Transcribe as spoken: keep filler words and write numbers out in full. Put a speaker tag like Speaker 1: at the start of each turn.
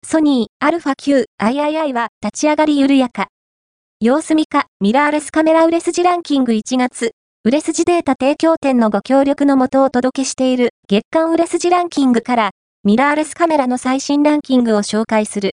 Speaker 1: ソニー、アルファ キュー、アイアイアイ は立ち上がり緩やか。様子見か、ミラーレスカメラ売れ筋ランキングいちがつ、売れ筋データ提供店のご協力のもとお届けしている月間売れ筋ランキングから、ミラーレスカメラの最新ランキングを紹介する。